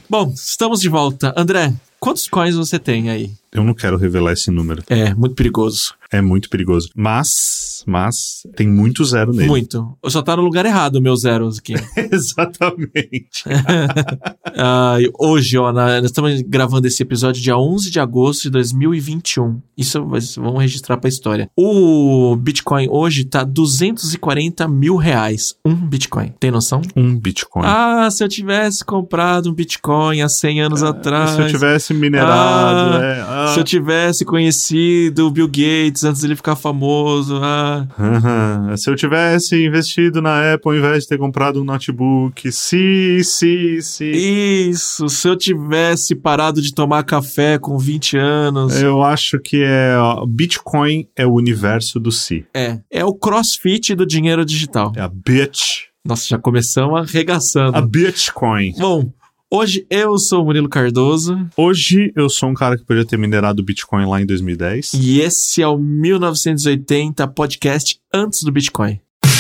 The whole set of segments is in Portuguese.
Bom, estamos de volta. André, quantos coins você tem aí? Eu não quero revelar esse número. É, muito perigoso. É muito perigoso. Mas tem muito zero nele. Muito. Só tá no lugar errado, meus zeros aqui. Exatamente. Hoje, ó, nós estamos gravando esse episódio dia 11 de agosto de 2021. Isso vamos registrar pra história. O Bitcoin hoje tá R$240 mil. Um Bitcoin. Tem noção? Um Bitcoin. Ah, se eu tivesse comprado um Bitcoin há 100 anos atrás. Se eu tivesse minerado. Se eu tivesse conhecido o Bill Gates antes dele ficar famoso. Se eu tivesse investido na Apple ao invés de ter comprado um notebook. Sim. Isso, se eu tivesse parado de tomar café com 20 anos. Eu acho que Bitcoin é o universo do si. É o crossfit do dinheiro digital. É a bitch. Nossa, já começamos arregaçando. A Bitcoin. Bom, hoje eu sou o Murilo Cardoso. Hoje eu sou um cara que podia ter minerado o Bitcoin lá em 2010. E esse é o 1980 podcast antes do Bitcoin.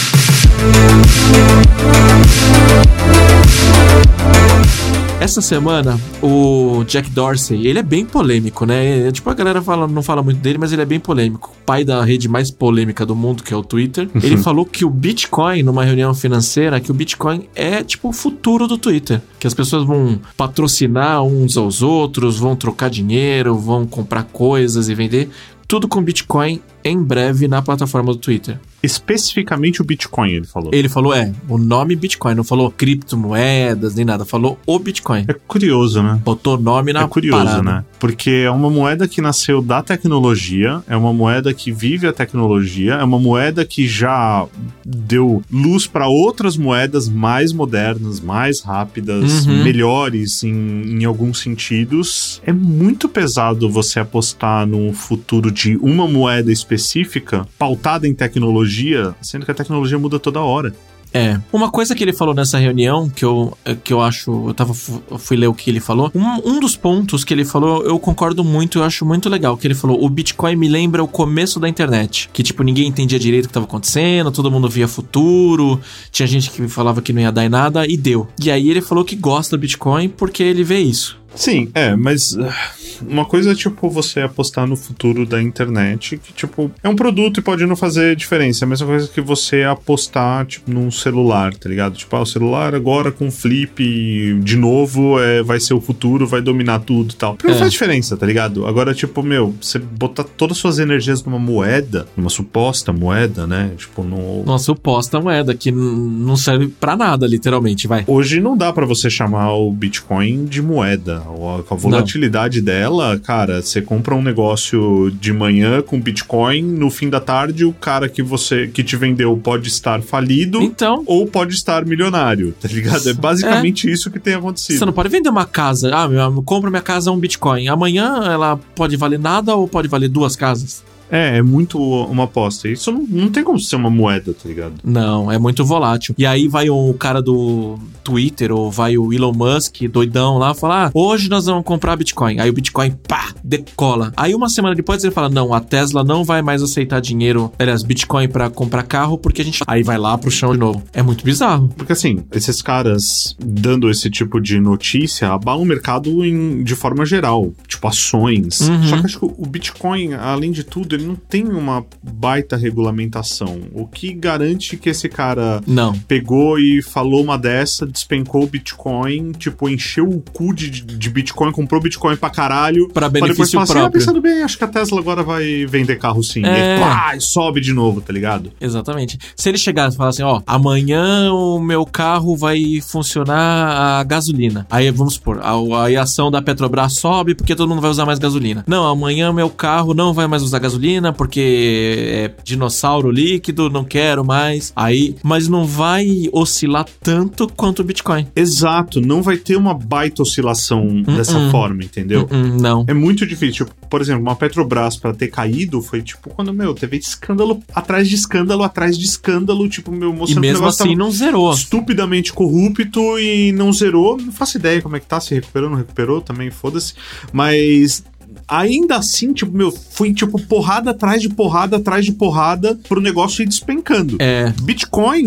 Essa semana, o Jack Dorsey, ele é bem polêmico, né? Tipo, a galera não fala muito dele, mas ele é bem polêmico. Pai da rede mais polêmica do mundo, que é o Twitter. Ele falou que o Bitcoin, numa reunião financeira, que o Bitcoin é, tipo, o futuro do Twitter. Que as pessoas vão patrocinar uns aos outros, vão trocar dinheiro, vão comprar coisas e vender. Tudo com Bitcoin em breve na plataforma do Twitter. Especificamente o Bitcoin, ele falou. Ele falou, o nome Bitcoin. Não falou criptomoedas nem nada. Falou o Bitcoin. É curioso, né? Botou nome na parada. É curioso, né? Porque é uma moeda que nasceu da tecnologia, é uma moeda que vive a tecnologia, é uma moeda que já deu luz para outras moedas mais modernas, mais rápidas, melhores em alguns sentidos. É muito pesado você apostar num futuro de uma moeda específica pautada em tecnologia, sendo que a tecnologia muda toda hora. Uma coisa que ele falou nessa reunião, que eu acho, eu fui ler o que ele falou, um dos pontos que ele falou, eu concordo muito, eu acho muito legal, que ele falou, o Bitcoin me lembra o começo da internet, que tipo, ninguém entendia direito o que estava acontecendo, todo mundo via futuro, tinha gente que falava que não ia dar em nada, e deu. E aí ele falou que gosta do Bitcoin porque ele vê isso. Sim, mas uma coisa é, tipo, você apostar no futuro da internet, que, tipo, é um produto e pode não fazer diferença. A mesma coisa que você apostar, tipo, num celular, tá ligado? Tipo, o celular agora com flip de novo vai ser o futuro, vai dominar tudo e tal. Porque não faz diferença, tá ligado? Agora, tipo, você botar todas as suas energias numa moeda, numa suposta moeda, né? Tipo, uma suposta moeda que não serve pra nada, literalmente, vai. Hoje não dá pra você chamar o Bitcoin de moeda. Com a volatilidade dela, cara, você compra um negócio de manhã com Bitcoin, no fim da tarde o cara que te vendeu pode estar falido, então, ou pode estar milionário, tá ligado? É basicamente isso que tem acontecido. Você não pode vender uma casa, eu compro minha casa a um Bitcoin, amanhã ela pode valer nada ou pode valer 2 casas. É muito uma aposta. Isso não tem como ser uma moeda, tá ligado? Não, é muito volátil. E aí vai o cara do Twitter, ou vai o Elon Musk, doidão lá, falar, hoje nós vamos comprar Bitcoin. Aí o Bitcoin, decola. Aí uma semana depois ele fala, não, a Tesla não vai mais aceitar dinheiro, Bitcoin pra comprar carro, porque a gente... Aí vai lá pro chão de novo. É muito bizarro. Porque assim, esses caras dando esse tipo de notícia abalam o mercado de forma geral. Tipo, ações. Só que acho que o Bitcoin, além de tudo, ele não tem uma baita regulamentação. O que garante que esse cara pegou e falou uma dessa, despencou o Bitcoin, tipo, encheu o cu de Bitcoin, comprou Bitcoin pra caralho. Pra benefício depois próprio. Pensando bem, acho que a Tesla agora vai vender carro sim. E sobe de novo, tá ligado? Exatamente. Se ele chegar e falar assim, amanhã o meu carro vai funcionar a gasolina. Aí, vamos supor, a ação da Petrobras sobe porque todo mundo vai usar mais gasolina. Não, amanhã meu carro não vai mais usar gasolina porque é dinossauro líquido, não quero mais. Aí, mas não vai oscilar tanto quanto o Bitcoin. Exato, não vai ter uma baita oscilação dessa forma, entendeu? Não. É muito difícil. Tipo, por exemplo, uma Petrobras pra ter caído foi tipo quando, teve escândalo atrás de escândalo, tipo, mostrando e mesmo assim não zerou. Estupidamente corrupto e não zerou. Não faço ideia como é que tá, se recuperou, não recuperou, também foda-se. Mas... ainda assim, tipo, foi tipo porrada atrás de porrada pro negócio ir despencando. É. Bitcoin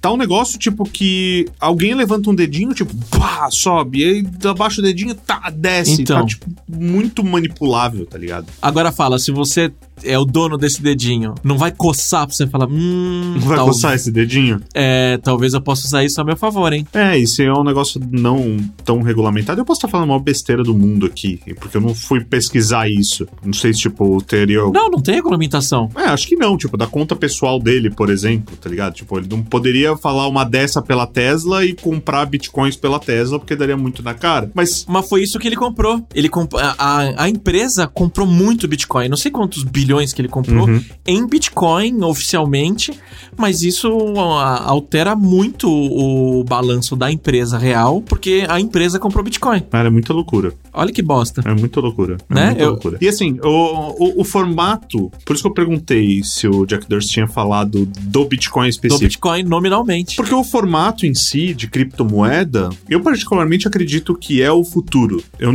Tá um negócio, tipo, que alguém levanta um dedinho, tipo, pá, sobe, e aí abaixa o dedinho, tá, desce. Então. Tá, tipo, muito manipulável, tá ligado? Agora fala, se você é o dono desse dedinho, não vai coçar pra você falar, Não vai coçar esse dedinho? Talvez eu possa usar isso a meu favor, hein? Isso é um negócio não tão regulamentado. Eu posso estar falando a maior besteira do mundo aqui, porque eu não fui pesquisar isso. Não sei se, tipo, teria... Não tem regulamentação. Acho que não, tipo, da conta pessoal dele, por exemplo, tá ligado? Tipo, ele não poderia falar uma dessa pela Tesla e comprar bitcoins pela Tesla, porque daria muito na cara. Mas foi isso que ele comprou. A empresa comprou muito Bitcoin. Não sei quantos bilhões que ele comprou em Bitcoin, oficialmente, mas isso altera muito o balanço da empresa real, porque a empresa comprou Bitcoin. Cara, é muita loucura. Olha que bosta. É muita loucura. Né? Muita loucura. E assim, o formato... Por isso que eu perguntei se o Jack Dorsey tinha falado do Bitcoin específico. Do Bitcoin nominalmente. Porque o formato em si de criptomoeda, eu particularmente acredito que é o futuro. Eu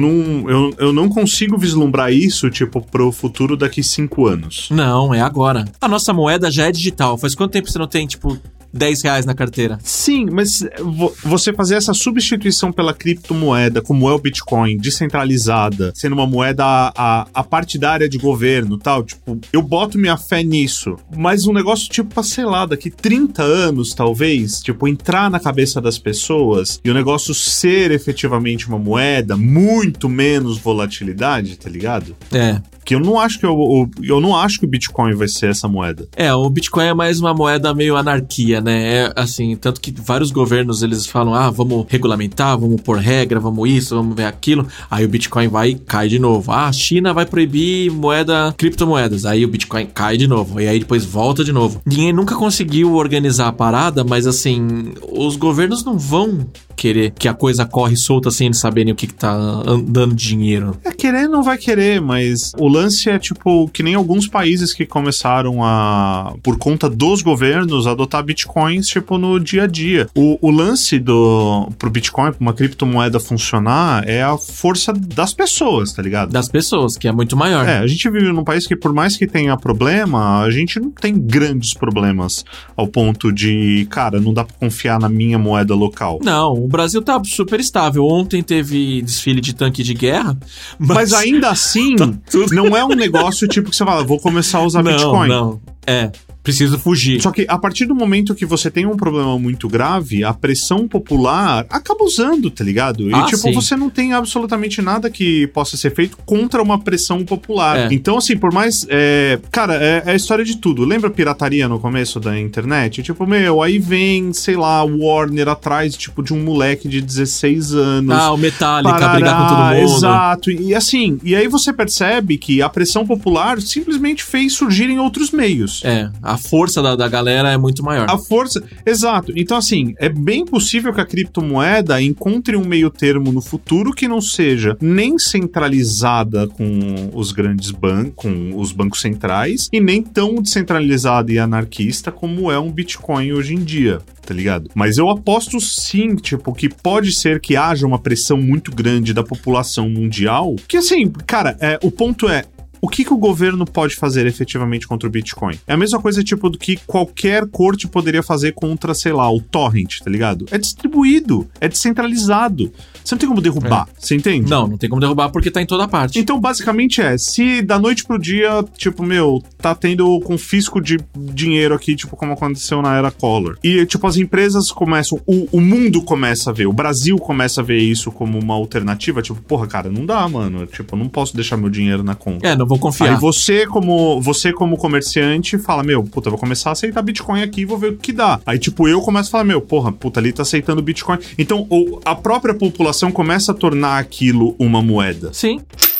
não consigo vislumbrar isso, tipo, pro futuro daqui 5 anos. Não, é agora. A nossa moeda já é digital. Faz quanto tempo você não tem, tipo... R$10 na carteira. Sim, mas você fazer essa substituição pela criptomoeda, como é o Bitcoin, descentralizada, sendo uma moeda a partidária de governo e tal, tipo, eu boto minha fé nisso. Mas um negócio, tipo, sei lá, daqui 30 anos, talvez, tipo, entrar na cabeça das pessoas e o negócio ser efetivamente uma moeda, muito menos volatilidade, tá ligado? Que eu não acho que eu não acho que o Bitcoin vai ser essa moeda. O Bitcoin é mais uma moeda meio anarquia, né? Assim, tanto que vários governos, eles falam, vamos regulamentar, vamos pôr regra, vamos isso, vamos ver aquilo. Aí o Bitcoin vai e cai de novo. A China vai proibir criptomoedas. Aí o Bitcoin cai de novo. E aí depois volta de novo. Ninguém nunca conseguiu organizar a parada, mas assim, os governos não vão querer que a coisa corre solta sem eles saberem o que tá dando dinheiro. Querer não vai querer, mas o lance é tipo que nem alguns países que começaram a, por conta dos governos, adotar bitcoins tipo no dia a dia. O lance pro Bitcoin, pra uma criptomoeda funcionar, é a força das pessoas, tá ligado? Das pessoas, que é muito maior. A gente vive num país que por mais que tenha problema, a gente não tem grandes problemas ao ponto de, cara, não dá pra confiar na minha moeda local. Não, o Brasil tá super estável. Ontem teve desfile de tanque de guerra, mas ainda assim, não é um negócio tipo que você fala, vou começar a usar Bitcoin. Não, preciso fugir. Só que a partir do momento que você tem um problema muito grave, a pressão popular acaba usando, tá ligado? E sim. Você não tem absolutamente nada que possa ser feito contra uma pressão popular. Então, assim, por mais... cara, é a história de tudo. Lembra a pirataria no começo da internet? Tipo, aí vem, sei lá, Warner atrás, tipo, de um moleque de 16 anos. O Metallica brigar com todo mundo. Exato. E assim, e aí você percebe que a pressão popular simplesmente fez surgirem outros meios. A força da galera é muito maior. A força, exato. Então, assim, é bem possível que a criptomoeda encontre um meio termo no futuro que não seja nem centralizada com os grandes bancos, com os bancos centrais, e nem tão descentralizada e anarquista como é um Bitcoin hoje em dia, tá ligado? Mas eu aposto sim, tipo, que pode ser que haja uma pressão muito grande da população mundial, que assim, cara, o ponto é, o que o governo pode fazer efetivamente contra o Bitcoin? É a mesma coisa, tipo, do que qualquer corte poderia fazer contra, sei lá, o torrent, tá ligado? É distribuído, é descentralizado. Você não tem como derrubar, você entende? Não tem como derrubar porque tá em toda parte. Então, basicamente se da noite pro dia, tipo, tá tendo confisco de dinheiro aqui, tipo, como aconteceu na era Collor. E, tipo, as empresas começam, o mundo começa a ver, o Brasil começa a ver isso como uma alternativa, tipo, porra, cara, não dá, mano. Tipo, eu não posso deixar meu dinheiro na conta. Não vou confiar. Aí você como comerciante fala, puta, vou começar a aceitar Bitcoin aqui e vou ver o que dá. Aí, tipo, eu começo a falar, puta, ali tá aceitando Bitcoin. Então, a própria população começa a tornar aquilo uma moeda. Sim.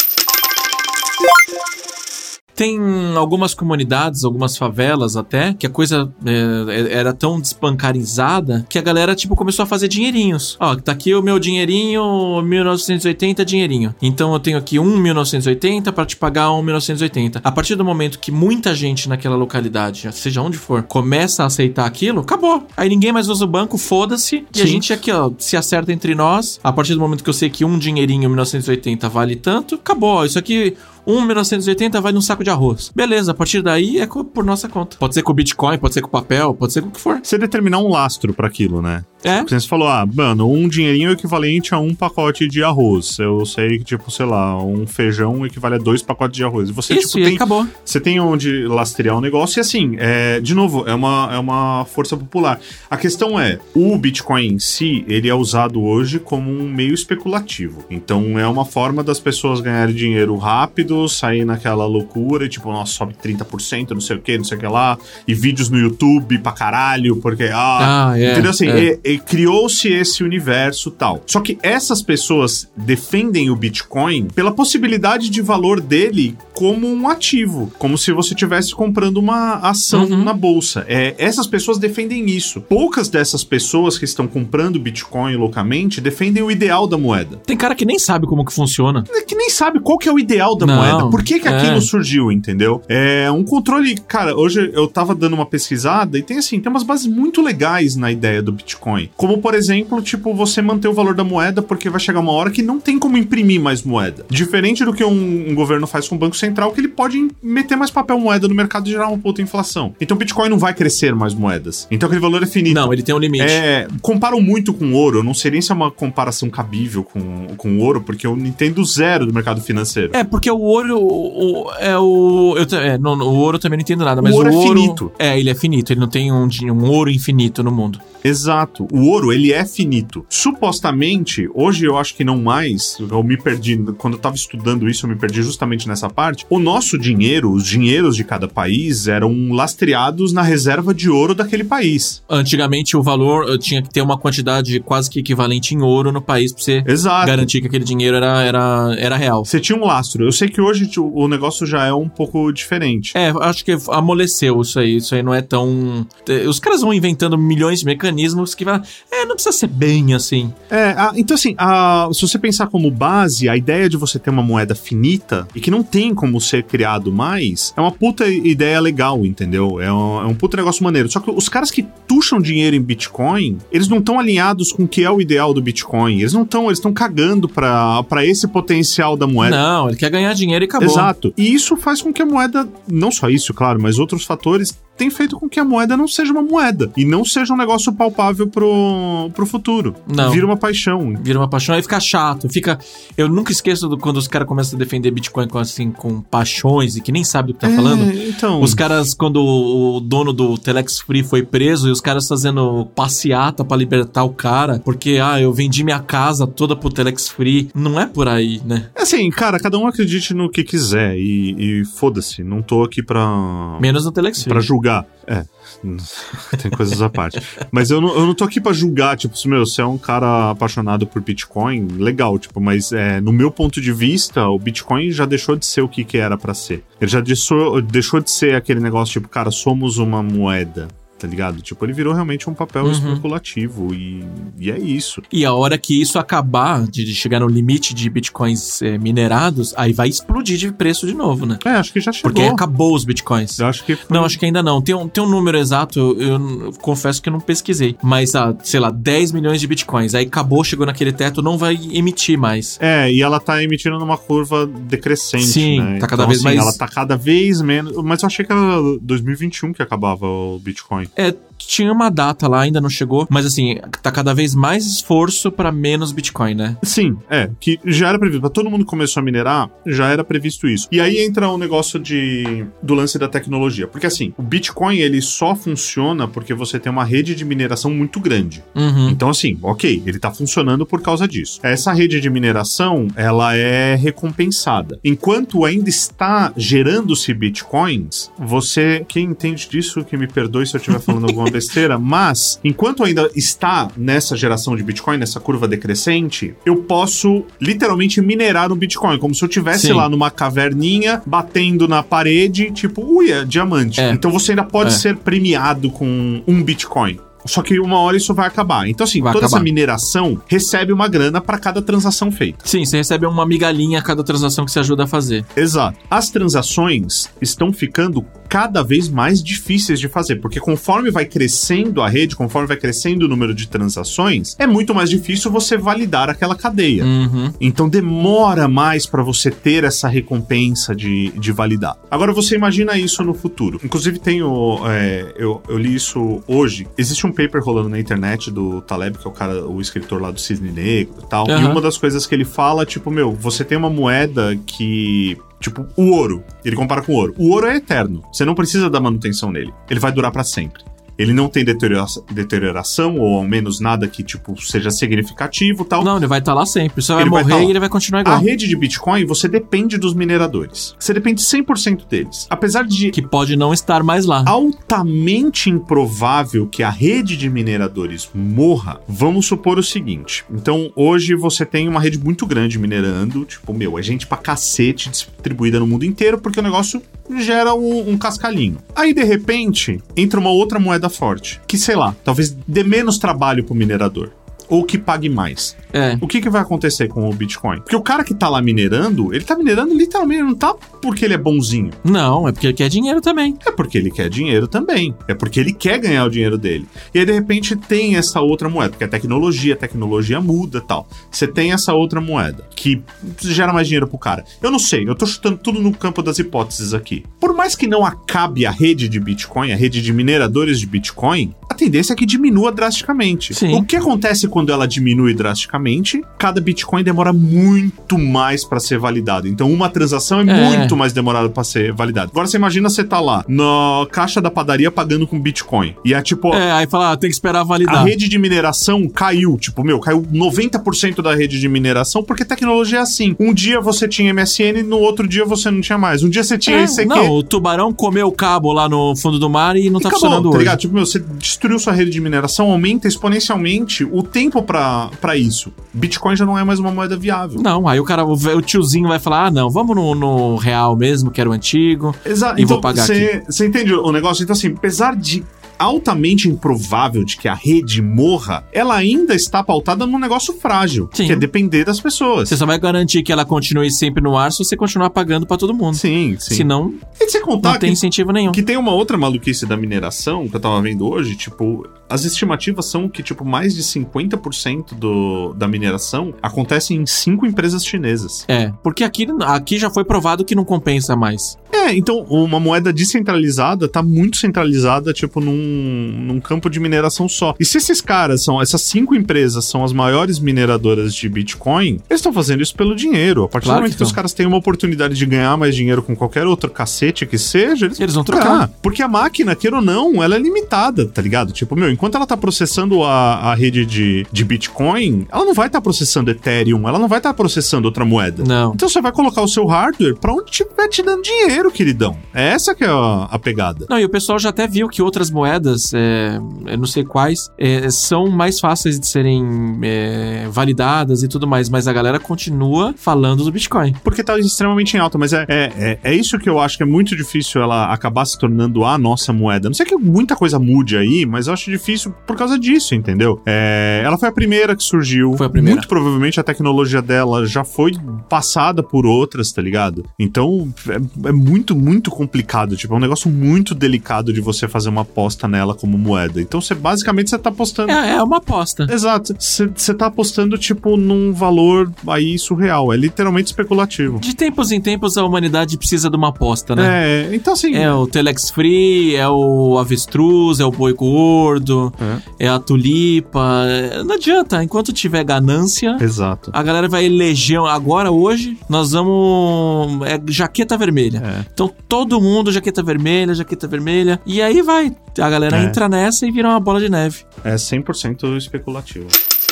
Tem algumas comunidades, algumas favelas até, que a coisa era tão desbancarizada que a galera, tipo, começou a fazer dinheirinhos. Tá aqui o meu dinheirinho, 1980 dinheirinho. Então eu tenho aqui 1980 para te pagar 1980. A partir do momento que muita gente naquela localidade, seja onde for, começa a aceitar aquilo, acabou. Aí ninguém mais usa o banco, foda-se. E a gente aqui, se acerta entre nós. A partir do momento que eu sei que um dinheirinho 1980 vale tanto, acabou. Isso aqui, 1.980 vai num saco de arroz. Beleza, a partir daí é por nossa conta. Pode ser com Bitcoin, pode ser com papel, pode ser com o que for. Você determinar um lastro pra aquilo, né? É. Porque você falou, mano, um dinheirinho é equivalente a um pacote de arroz. Eu sei que, tipo, sei lá, um feijão equivale a 2 pacotes de arroz. E você, isso, tipo, acabou. Você tem onde lastrear o negócio e assim, de novo, é uma força popular. A questão é, o Bitcoin em si, ele é usado hoje como um meio especulativo. Então é uma forma das pessoas ganharem dinheiro rápido, sair naquela loucura, e tipo, nossa, sobe 30%, não sei o que lá, e vídeos no YouTube pra caralho, porque, entendeu? Assim, criou-se esse universo tal. Só que essas pessoas defendem o Bitcoin pela possibilidade de valor dele como um ativo, como se você estivesse comprando uma ação na bolsa. Essas pessoas defendem isso. Poucas dessas pessoas que estão comprando Bitcoin loucamente defendem o ideal da moeda. Tem cara que nem sabe como que funciona. Que nem sabe qual que é o ideal da moeda. Por que aquilo surgiu, entendeu? É um controle... Cara, hoje eu tava dando uma pesquisada e tem umas bases muito legais na ideia do Bitcoin. Como, por exemplo, tipo, você manter o valor da moeda porque vai chegar uma hora que não tem como imprimir mais moeda. Diferente do que um governo faz com o Banco Central, que ele pode meter mais papel moeda no mercado e gerar uma puta inflação. Então o Bitcoin não vai crescer mais moedas. Então aquele valor é finito. Não, ele tem um limite. Comparam muito com ouro. Eu não sei nem se é uma comparação cabível com o ouro, porque eu entendo zero do mercado financeiro. Porque o ouro o ouro também não entendo nada, mas o ouro é finito. Ele é finito. Ele não tem um ouro infinito no mundo. Exato. O ouro, ele é finito. Supostamente, hoje eu acho que não mais, eu me perdi, quando eu tava estudando isso, eu me perdi justamente nessa parte, o nosso dinheiro, os dinheiros de cada país eram lastreados na reserva de ouro daquele país. Antigamente o valor tinha que ter uma quantidade quase que equivalente em ouro no país pra você garantir que aquele dinheiro era real. Você tinha um lastro. Eu sei que hoje o negócio já é um pouco diferente. Acho que amoleceu isso aí. Isso aí não é tão... Os caras vão inventando milhões de mecanismos que vai... não precisa ser bem assim. Então assim, se você pensar como base, a ideia de você ter uma moeda finita e que não tem como ser criado mais, é uma puta ideia legal, entendeu? É um puta negócio maneiro. Só que os caras que tucham dinheiro em Bitcoin, eles não estão alinhados com o que é o ideal do Bitcoin. Eles estão cagando pra esse potencial da moeda. Não, ele quer ganhar dinheiro e acabou. Exato. E isso faz com que a moeda, não só isso, claro, mas outros fatores, tem feito com que a moeda não seja uma moeda e não seja um negócio palpável pro futuro. Não. Vira uma paixão. Aí fica chato. Eu nunca esqueço quando os caras começam a defender Bitcoin com paixões e que nem sabe do que tá falando. Então... Os caras, quando o dono do Telex Free foi preso e os caras fazendo passeata pra libertar o cara, porque, eu vendi minha casa toda pro Telex Free. Não é por aí, né? Assim, cara, cada um acredite no que quiser e foda-se. Não tô aqui pra... Menos no Telex Free. Pra julgar. Tem coisas à parte. Mas eu não tô aqui pra julgar, tipo, você é um cara apaixonado por Bitcoin, legal, tipo, mas no meu ponto de vista, o Bitcoin já deixou de ser o que era pra ser. Ele já deixou de ser aquele negócio, tipo, cara, somos uma moeda. Tá ligado? Tipo, ele virou realmente um papel especulativo e é isso. E a hora que isso acabar, de chegar no limite de bitcoins minerados, aí vai explodir de preço de novo, né? Acho que já chegou. Porque acabou os bitcoins. Eu acho que... Não, acho que ainda não. Tem um número exato, eu confesso que eu não pesquisei. Mas, sei lá, 10 milhões de bitcoins. Aí acabou, chegou naquele teto, não vai emitir mais. E ela tá emitindo numa curva decrescente, sim, né? Tá cada vez mais... Ela tá cada vez menos... Mas eu achei que era 2021 que acabava o Bitcoin. Tinha uma data lá, ainda não chegou, mas assim, tá cada vez mais esforço pra menos Bitcoin, né? Sim, que já era previsto. Pra todo mundo que começou a minerar, já era previsto isso. E aí entra o negócio do lance da tecnologia. Porque assim, o Bitcoin, ele só funciona porque você tem uma rede de mineração muito grande. Então assim, ok, ele tá funcionando por causa disso. Essa rede de mineração, ela é recompensada. Enquanto ainda está gerando-se Bitcoins, quem entende disso, que me perdoe se eu estiver falando alguma besteira, mas enquanto ainda está nessa geração de Bitcoin, nessa curva decrescente, eu posso literalmente minerar um Bitcoin, como se eu estivesse lá numa caverninha, batendo na parede, tipo, é diamante. Então você ainda pode ser premiado com um Bitcoin. Só que uma hora isso vai acabar. Então, assim, essa mineração recebe uma grana para cada transação feita. Sim, você recebe uma migalhinha a cada transação que você ajuda a fazer. Exato. As transações estão ficando cada vez mais difíceis de fazer, porque conforme vai crescendo a rede, conforme vai crescendo o número de transações, é muito mais difícil você validar aquela cadeia. Então demora mais para você ter essa recompensa de validar. Agora você imagina isso no futuro. Inclusive eu li isso hoje. Existe um paper rolando na internet do Taleb, que é o escritor lá do Cisne Negro e tal, e uma das coisas que ele fala, tipo, você tem uma moeda que... Tipo, o ouro. Ele compara com o ouro. O ouro é eterno. Você não precisa dar manutenção nele. Ele vai durar pra sempre. Ele não tem deterioração, ou ao menos nada que, tipo, seja significativo e tal. Não, ele vai estar lá sempre. Você vai morrer e ele vai continuar igual. A rede de Bitcoin, você depende dos mineradores. Você depende 100% deles. Apesar de... Que pode não estar mais lá. Altamente improvável que a rede de mineradores morra, vamos supor o seguinte. Então, hoje você tem uma rede muito grande minerando. Tipo, é gente pra cacete distribuída no mundo inteiro, porque o negócio gera um cascalhinho. Aí, de repente, entra uma outra moeda forte, que, sei lá, talvez dê menos trabalho pro minerador, ou que pague mais. O que vai acontecer com o Bitcoin? Porque o cara que tá lá minerando, ele tá minerando literalmente, não tá porque ele é bonzinho. Não, é porque ele quer dinheiro também. É porque ele quer dinheiro também. É porque ele quer ganhar o dinheiro dele. E aí, de repente, tem essa outra moeda, porque a tecnologia muda e tal. Você tem essa outra moeda, que gera mais dinheiro pro cara. Eu não sei, eu tô chutando tudo no campo das hipóteses aqui. Por mais que não acabe a rede de Bitcoin, a rede de mineradores de Bitcoin, a tendência é que diminua drasticamente. Sim. O que acontece quando ela diminui drasticamente? Cada Bitcoin demora muito mais para ser validado. Então, uma transação é muito mais demorada para ser validada. Agora, você imagina você tá lá na caixa da padaria pagando com Bitcoin. E é tipo... aí fala, tem que esperar validar. A rede de mineração caiu. Tipo, caiu 90% da rede de mineração, porque tecnologia é assim. Um dia você tinha MSN, no outro dia você não tinha mais. Um dia você tinha ICQ. Não, o tubarão comeu o cabo lá no fundo do mar e não tá acabou, funcionando tá hoje. Ligado? Tipo, você destruiu sua rede de mineração, aumenta exponencialmente o tempo pra isso. Bitcoin já não é mais uma moeda viável. Não, aí o tiozinho vai falar, não, vamos no real mesmo, que era o antigo. Exato. E então, vou pagar aqui. Você entende o negócio? Então, assim, apesar de altamente improvável de que a rede morra, ela ainda está pautada num negócio frágil, que é depender das pessoas. Você só vai garantir que ela continue sempre no ar se você continuar pagando pra todo mundo. Sim. Senão, não tem incentivo nenhum. Que tem uma outra maluquice da mineração, que eu tava vendo hoje, tipo, as estimativas são que, tipo, mais de 50% da mineração acontece em 5 empresas chinesas. Porque aqui já foi provado que não compensa mais. Então, uma moeda descentralizada tá muito centralizada, tipo, num campo de mineração só. E se essas 5 empresas são as maiores mineradoras de Bitcoin, eles estão fazendo isso pelo dinheiro. A partir do momento que os caras têm uma oportunidade de ganhar mais dinheiro com qualquer outro cacete que seja, eles vão trocar. Porque a máquina, queira ou não, ela é limitada, tá ligado? Tipo, enquanto ela tá processando a rede de Bitcoin, ela não vai estar processando Ethereum, ela não vai estar processando outra moeda. Não. Então você vai colocar o seu hardware pra onde tiver te dando dinheiro, queridão. É essa que é a pegada. Não, e o pessoal já até viu que outras moedas, eu não sei quais, são mais fáceis de serem validadas e tudo mais, mas a galera continua falando do Bitcoin. Porque tá extremamente em alta, mas é isso que eu acho que é muito difícil ela acabar se tornando a nossa moeda. Não sei que muita coisa mude aí, mas eu acho difícil por causa disso, entendeu? Ela foi a primeira que surgiu. Foi a primeira. Muito provavelmente a tecnologia dela já foi passada por outras, tá ligado? Então, é muito, muito complicado. Tipo, é um negócio muito delicado de você fazer uma aposta nela como moeda. Então, basicamente, você tá apostando... É uma aposta. Exato. Você tá apostando, tipo, num valor aí surreal. É literalmente especulativo. De tempos em tempos, a humanidade precisa de uma aposta, né? Então, assim... É o Telex Free, é o avestruz, é o boi gordo, é a tulipa. Não adianta. Enquanto tiver ganância... Exato. A galera vai eleger... Agora, hoje, nós vamos... jaqueta vermelha. Então, todo mundo jaqueta vermelha. E aí vai. A galera entra nessa e vira uma bola de neve. É 100% especulativo.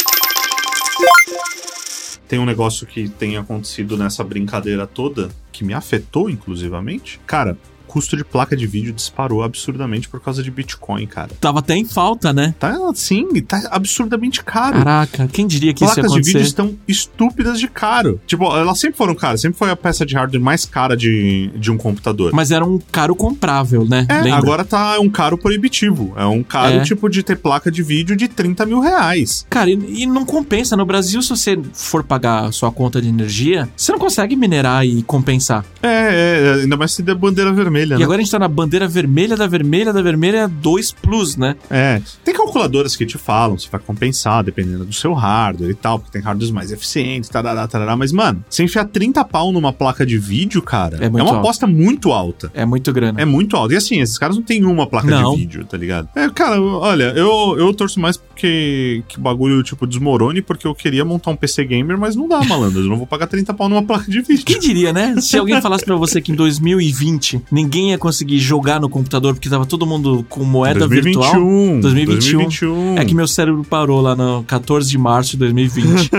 Tem um negócio que tem acontecido nessa brincadeira toda, que me afetou, inclusivamente. Cara, custo de placa de vídeo disparou absurdamente por causa de Bitcoin, cara. Tava até em falta, né? Tá absurdamente caro. Caraca, quem diria que isso ia acontecer? Placas de vídeo estão estúpidas de caro. Tipo, elas sempre foram caras. Sempre foi a peça de hardware mais cara de um computador. Mas era um caro comprável, né? Lembra? Agora tá um caro proibitivo. É um caro, tipo, de ter placa de vídeo de 30 mil reais. Cara, e não compensa. No Brasil, se você for pagar a sua conta de energia, você não consegue minerar e compensar. Ainda mais se der bandeira vermelha vermelha, E né? agora a gente tá na bandeira vermelha da vermelha 2 Plus, né? Tem calculadoras que te falam se vai compensar, dependendo do seu hardware e tal, porque tem hardwares mais eficientes, tarará, mas, mano, você enfiar 30 pau numa placa de vídeo, cara, É muito uma alto. aposta muito alta. É muito grana. É muito alto. E assim, esses caras não tem uma placa Não. de vídeo, tá ligado? Cara, olha, eu torço mais porque que o bagulho, tipo, desmorone, porque eu queria montar um PC gamer, mas não dá, malandro. Eu não vou pagar 30 pau numa placa de vídeo. Quem diria, né? Se alguém falasse pra você que em 2020 ninguém ia conseguir jogar no computador porque tava todo mundo com moeda virtual. 2021. É que meu cérebro parou lá no 14 de março de 2020.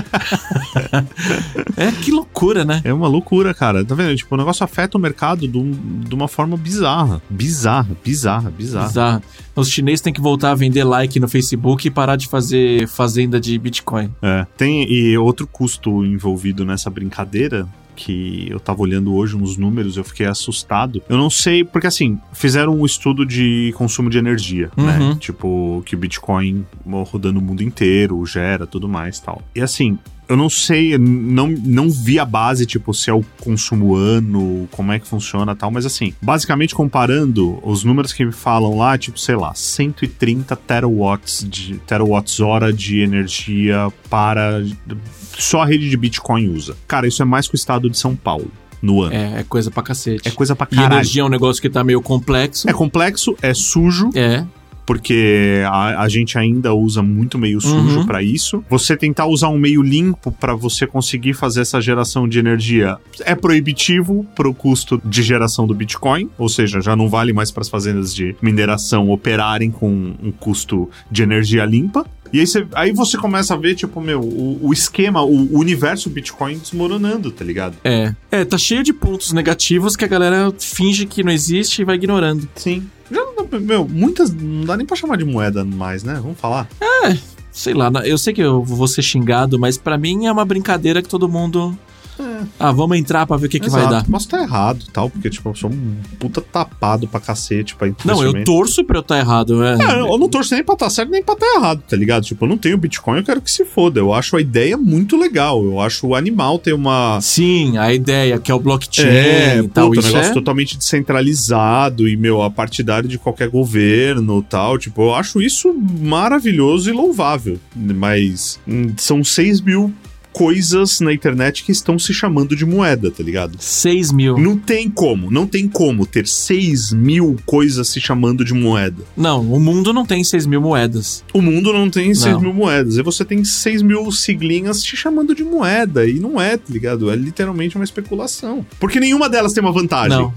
Que loucura, né? É uma loucura, cara. Tá vendo? Tipo, o negócio afeta o mercado de uma forma bizarra. Bizarra. Bizarro. Os chineses têm que voltar a vender like no Facebook e parar de fazer fazenda de Bitcoin. E outro custo envolvido nessa brincadeira, que eu tava olhando hoje uns números, eu fiquei assustado. Eu não sei, porque assim, fizeram um estudo de consumo de energia, né? Tipo, que o Bitcoin rodando o mundo inteiro, gera, tudo mais e tal. E assim, eu não sei, não vi a base, tipo, se é o consumo ano, como é que funciona e tal, mas assim, basicamente comparando os números que me falam lá, tipo, sei lá, 130 terawatts-hora de energia para só a rede de Bitcoin usa. Cara, isso é mais que o estado de São Paulo no ano. É coisa pra cacete. É coisa pra E caralho. energia é um negócio que tá meio complexo. É complexo, é sujo. Porque a gente ainda usa muito meio sujo pra isso. Você tentar usar um meio limpo pra você conseguir fazer essa geração de energia é proibitivo pro custo de geração do Bitcoin, ou seja, já não vale mais para as fazendas de mineração operarem com um custo de energia limpa. E aí você começa a ver, tipo, o esquema, o universo Bitcoin desmoronando, tá ligado? Tá cheio de pontos negativos que a galera finge que não existe e vai ignorando. Sim. Já não dá, muitas não dá nem pra chamar de moeda mais, né? Vamos falar. Sei lá, eu sei que eu vou ser xingado, mas pra mim é uma brincadeira que todo mundo... vamos entrar pra ver o que vai dar. Posso estar errado e tal, porque, tipo, eu sou um puta tapado pra cacete, pra Não, eu torço pra eu estar errado, eu não torço nem pra estar certo, nem pra estar errado, tá ligado? Tipo, eu não tenho Bitcoin, eu quero que se foda. Eu acho a ideia muito legal. Eu acho o animal ter uma... Sim, a ideia, que é o blockchain e tal. Um negócio totalmente descentralizado e, apartidário de qualquer governo e tal. Tipo, eu acho isso maravilhoso e louvável. Mas são 6 mil coisas na internet que estão se chamando de moeda, tá ligado? 6 mil. Não tem como ter 6 mil coisas se chamando de moeda. Não, o mundo não tem 6 mil moedas. O mundo não tem 6 mil moedas. E você tem 6 mil siglinhas te chamando de moeda. E não é, tá ligado? É literalmente uma especulação. Porque nenhuma delas tem uma vantagem. Não.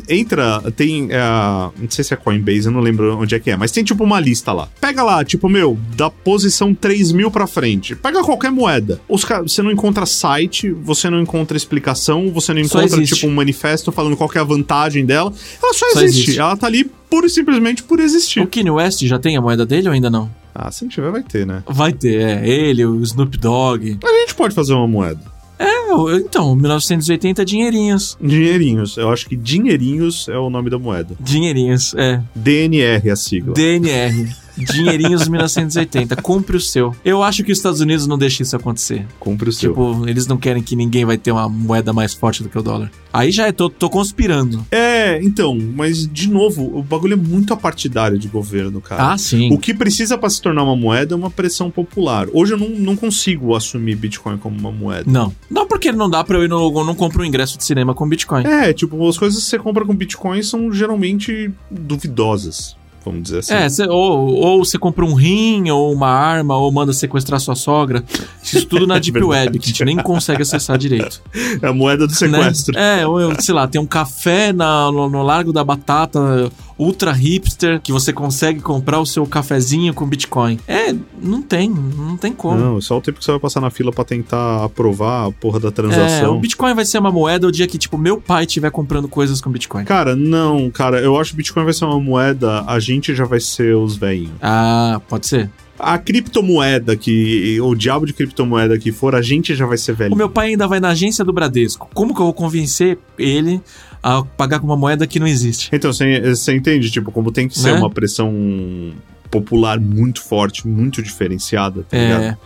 Tem... não sei se é Coinbase, eu não lembro onde é que é. Mas tem tipo uma lista lá. Pega lá, tipo, da posição 3 mil pra frente. Pega qualquer moeda. Você não encontra site, você não encontra explicação, você não encontra, tipo, um manifesto falando qual que é a vantagem dela. Ela só existe. Ela tá ali pura e simplesmente por existir. O Kanye West já tem a moeda dele ou ainda não? Se não tiver, vai ter, né? Vai ter, ele, o Snoop Dogg. A gente pode fazer uma moeda. Então, 1980 dinheirinhos. Dinheirinhos. Eu acho que dinheirinhos é o nome da moeda. Dinheirinhos, DNR a sigla. DNR. Dinheirinhos 1980. Compre o seu. Eu acho que os Estados Unidos não deixam isso acontecer. Compre o seu. Tipo, eles não querem que ninguém vai ter uma moeda mais forte do que o dólar. Aí já tô conspirando. Então, mas de novo, o bagulho é muito apartidário de governo, cara. Sim. O que precisa pra se tornar uma moeda é uma pressão popular. Hoje eu não consigo assumir Bitcoin como uma moeda. Não, porque não dá pra eu não compro um ingresso de cinema com Bitcoin. Tipo, as coisas que você compra com Bitcoin são geralmente duvidosas. Vamos dizer assim. Ou você compra um rim, ou uma arma, ou manda sequestrar sua sogra. Isso tudo na Deep Web, que a gente nem consegue acessar direito. É a moeda do sequestro. Né? Ou sei lá, tem um café no Largo da Batata, ultra hipster, que você consegue comprar o seu cafezinho com Bitcoin. Não tem como. Não, só o tempo que você vai passar na fila pra tentar aprovar a porra da transação. O Bitcoin vai ser uma moeda o dia que, tipo, meu pai estiver comprando coisas com Bitcoin. Cara, eu acho que Bitcoin vai ser uma moeda, a gente já vai ser os velhinhos. Pode ser. A criptomoeda o diabo de criptomoeda que for, a gente já vai ser velho. O meu pai ainda vai na agência do Bradesco. Como que eu vou convencer ele a pagar com uma moeda que não existe? Então, você entende, tipo, como tem que ser uma pressão popular muito forte, muito diferenciada, tá ligado?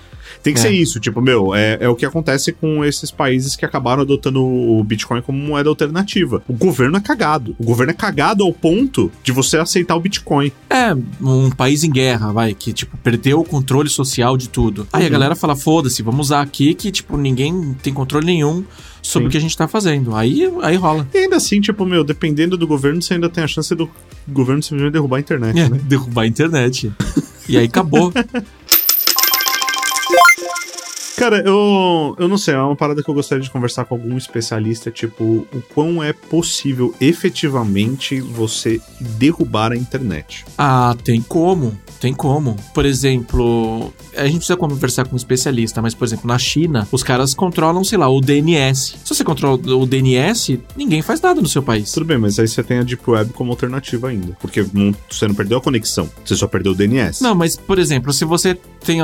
Tem que ser isso, tipo, é o que acontece com esses países que acabaram adotando o Bitcoin como moeda alternativa. O governo é cagado. O governo é cagado ao ponto de você aceitar o Bitcoin. É, um país em guerra, que, tipo, perdeu o controle social de tudo. Aí a galera fala, foda-se, vamos usar aqui que, tipo, ninguém tem controle nenhum sobre o que a gente tá fazendo. Aí rola. E ainda assim, tipo, dependendo do governo, você ainda tem a chance do governo simplesmente derrubar a internet, né? Derrubar a internet. E aí acabou. Cara, eu não sei, é uma parada que eu gostaria de conversar com algum especialista, tipo, o quão é possível efetivamente você derrubar a internet. Ah, tem como. Por exemplo, a gente precisa conversar com um especialista, mas, por exemplo, na China, os caras controlam, sei lá, o DNS. Se você controla o DNS, ninguém faz nada no seu país. Tudo bem, mas aí você tem a Deep Web como alternativa ainda, porque você não perdeu a conexão, você só perdeu o DNS. Não, mas, por exemplo, se você tem,